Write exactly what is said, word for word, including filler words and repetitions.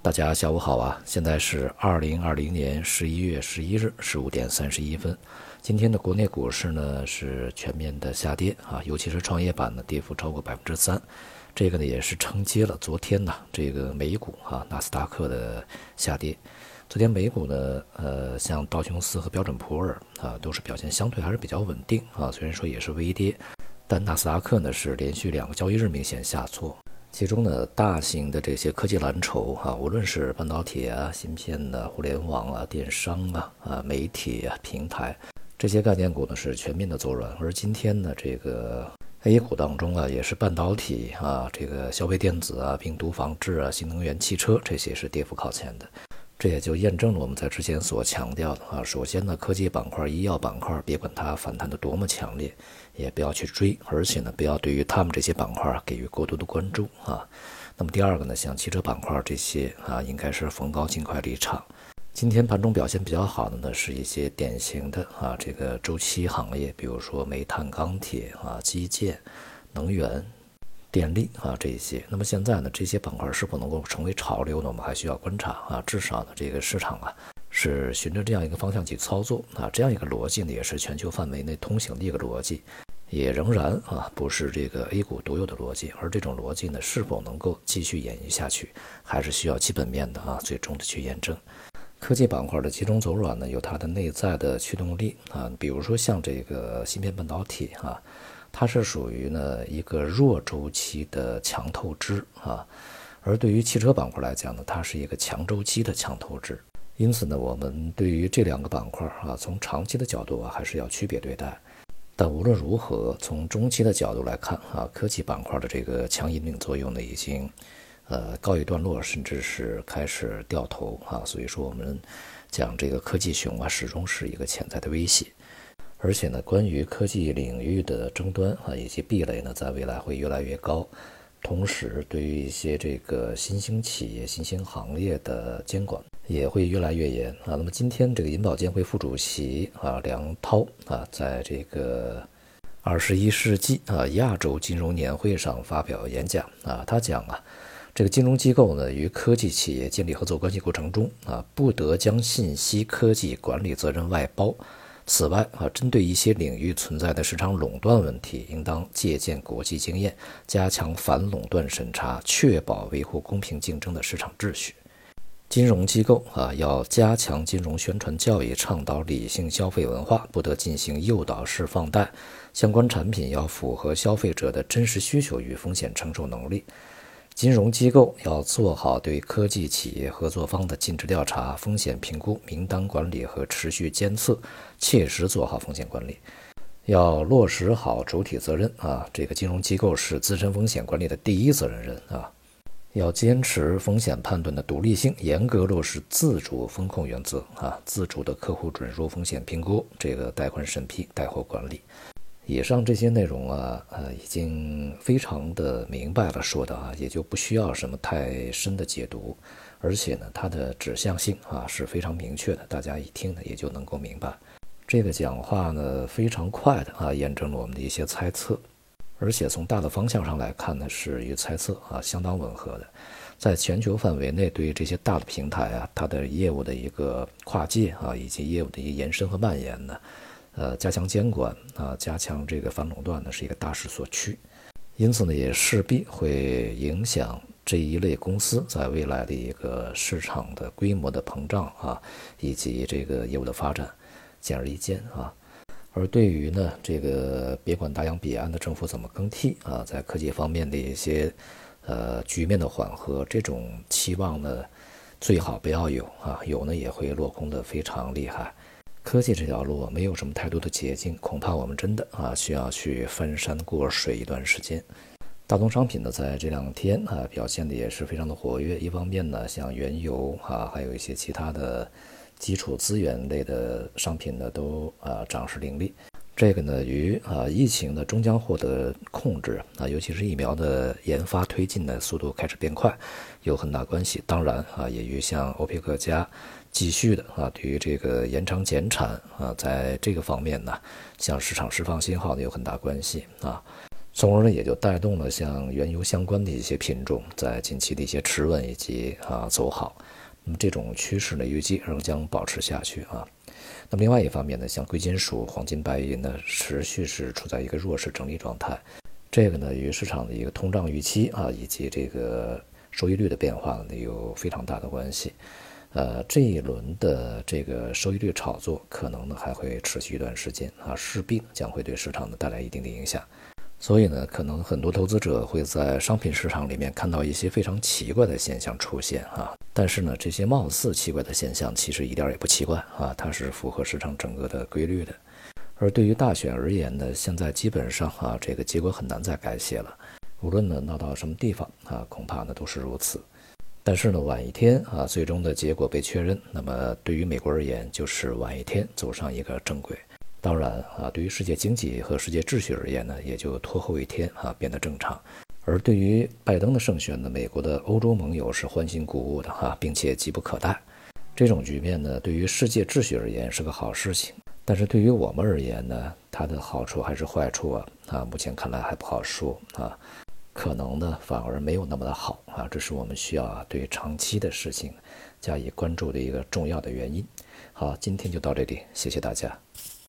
大家下午好啊！现在是二零二零年十一月十一日十五点三十一分。今天的国内股市呢是全面的下跌啊，尤其是创业板呢跌幅超过百分之三，这个呢也是承接了昨天呢这个美股啊纳斯达克的下跌。昨天美股呢，呃，像道琼斯和标准普尔啊都是表现相对还是比较稳定啊，虽然说也是微跌，但纳斯达克呢是连续两个交易日明显下挫。其中呢，大型的这些科技蓝筹啊，无论是半导体啊、芯片啊、互联网啊、电商啊、啊媒体啊、平台这些概念股呢是全面的走软。而今天呢，这个 A 股当中啊，也是半导体啊、这个消费电子啊、病毒防治啊、新能源汽车这些是跌幅靠前的。这也就验证了我们在之前所强调的啊，首先呢，科技板块、医药板块，别管它反弹的多么强烈，也不要去追，而且呢，不要对于他们这些板块给予过多的关注啊。那么第二个呢，像汽车板块这些啊，应该是逢高尽快离场。今天盘中表现比较好的呢，是一些典型的啊这个周期行业，比如说煤炭、钢铁啊、基建、能源、电力啊这一些。那么现在呢，这些板块是否能够成为潮流呢？我们还需要观察啊。至少呢，这个市场啊是循着这样一个方向去操作啊，这样一个逻辑呢，也是全球范围内通行的一个逻辑，也仍然啊不是这个 A 股独有的逻辑。而这种逻辑呢，是否能够继续演绎下去，还是需要基本面的啊最终的去验证。科技板块的集中走软呢，有它的内在的驱动力啊，比如说像这个芯片半导体啊。它是属于呢一个弱周期的强透支啊，而对于汽车板块来讲呢，它是一个强周期的强透支。因此呢，我们对于这两个板块啊，从长期的角度啊，还是要区别对待。但无论如何，从中期的角度来看啊，科技板块的这个强引领作用呢，已经呃告一段落，甚至是开始掉头啊。所以说，我们讲这个科技熊啊，始终是一个潜在的威胁。而且呢，关于科技领域的争端啊以及壁垒呢，在未来会越来越高。同时，对于一些这个新兴企业、新兴行业的监管也会越来越严啊。那么今天这个银保监会副主席啊梁涛啊，在这个二十一世纪啊亚洲金融年会上发表演讲啊，他讲啊，这个金融机构呢与科技企业建立合作关系过程中啊，不得将信息科技管理责任外包。此外啊，针对一些领域存在的市场垄断问题，应当借鉴国际经验，加强反垄断审查，确保维护公平竞争的市场秩序。金融机构啊，要加强金融宣传教育，倡导理性消费文化，不得进行诱导式放贷。相关产品要符合消费者的真实需求与风险承受能力。金融机构要做好对科技企业合作方的尽职调查、风险评估、名单管理和持续监测，切实做好风险管理。要落实好主体责任啊，这个金融机构是自身风险管理的第一责任人啊。要坚持风险判断的独立性，严格落实自主风控原则啊，自主的客户准入风险评估，这个贷款审批、贷货管理。以上这些内容啊，呃，已经非常的明白了说的啊，也就不需要什么太深的解读，而且呢，它的指向性啊是非常明确的，大家一听呢也就能够明白。这个讲话呢非常快的啊，验证了我们的一些猜测，而且从大的方向上来看呢，是与猜测啊相当吻合的。在全球范围内，对于这些大的平台啊，它的业务的一个跨界啊，以及业务的一个延伸和蔓延呢。呃，加强监管啊，加强这个反垄断呢，是一个大势所趋，因此呢，也势必会影响这一类公司在未来的一个市场的规模的膨胀啊，以及这个业务的发展，显而易见啊。而对于呢，这个别管大洋彼岸的政府怎么更替啊，在科技方面的一些呃局面的缓和，这种期望呢，最好不要有啊，有呢也会落空的非常厉害。科技这条路没有什么太多的捷径，恐怕我们真的啊需要去翻山过水一段时间。大宗商品呢，在这两天啊表现的也是非常的活跃。一方面呢，像原油啊，还有一些其他的基础资源类的商品呢，都啊涨势凌厉。这个呢，与啊疫情呢终将获得控制啊，尤其是疫苗的研发推进的速度开始变快，有很大关系。当然啊，也与像欧佩克加继续的啊，对于这个延长减产啊，在这个方面呢，向市场释放信号呢有很大关系啊。 从而呢也就带动了像原油相关的一些品种在近期的一些持稳以及啊走好。那么这种趋势呢，预计仍将保持下去啊。那么另外一方面呢，像贵金属、黄金、白银呢，持续是处在一个弱势整理状态。这个呢，与市场的一个通胀预期啊，以及这个收益率的变化呢，有非常大的关系。呃，这一轮的这个收益率炒作，可能呢还会持续一段时间啊，势必将会对市场呢带来一定的影响。所以呢，可能很多投资者会在商品市场里面看到一些非常奇怪的现象出现啊。但是呢，这些貌似奇怪的现象其实一点也不奇怪啊，它是符合市场整个的规律的。而对于大选而言呢，现在基本上啊，这个结果很难再改写了。无论呢闹到什么地方啊，恐怕呢都是如此。但是呢，晚一天啊，最终的结果被确认，那么对于美国而言，就是晚一天走上一个正轨。当然啊，对于世界经济和世界秩序而言呢，也就拖后一天啊，变得正常。而对于拜登的胜选呢，美国的欧洲盟友是欢欣鼓舞的哈，并且急不可待。这种局面呢，对于世界秩序而言是个好事情，但是对于我们而言呢，它的好处还是坏处啊？啊，目前看来还不好说啊，可能呢反而没有那么的好啊，这是我们需要啊对长期的事情加以关注的一个重要的原因。好，今天就到这里，谢谢大家。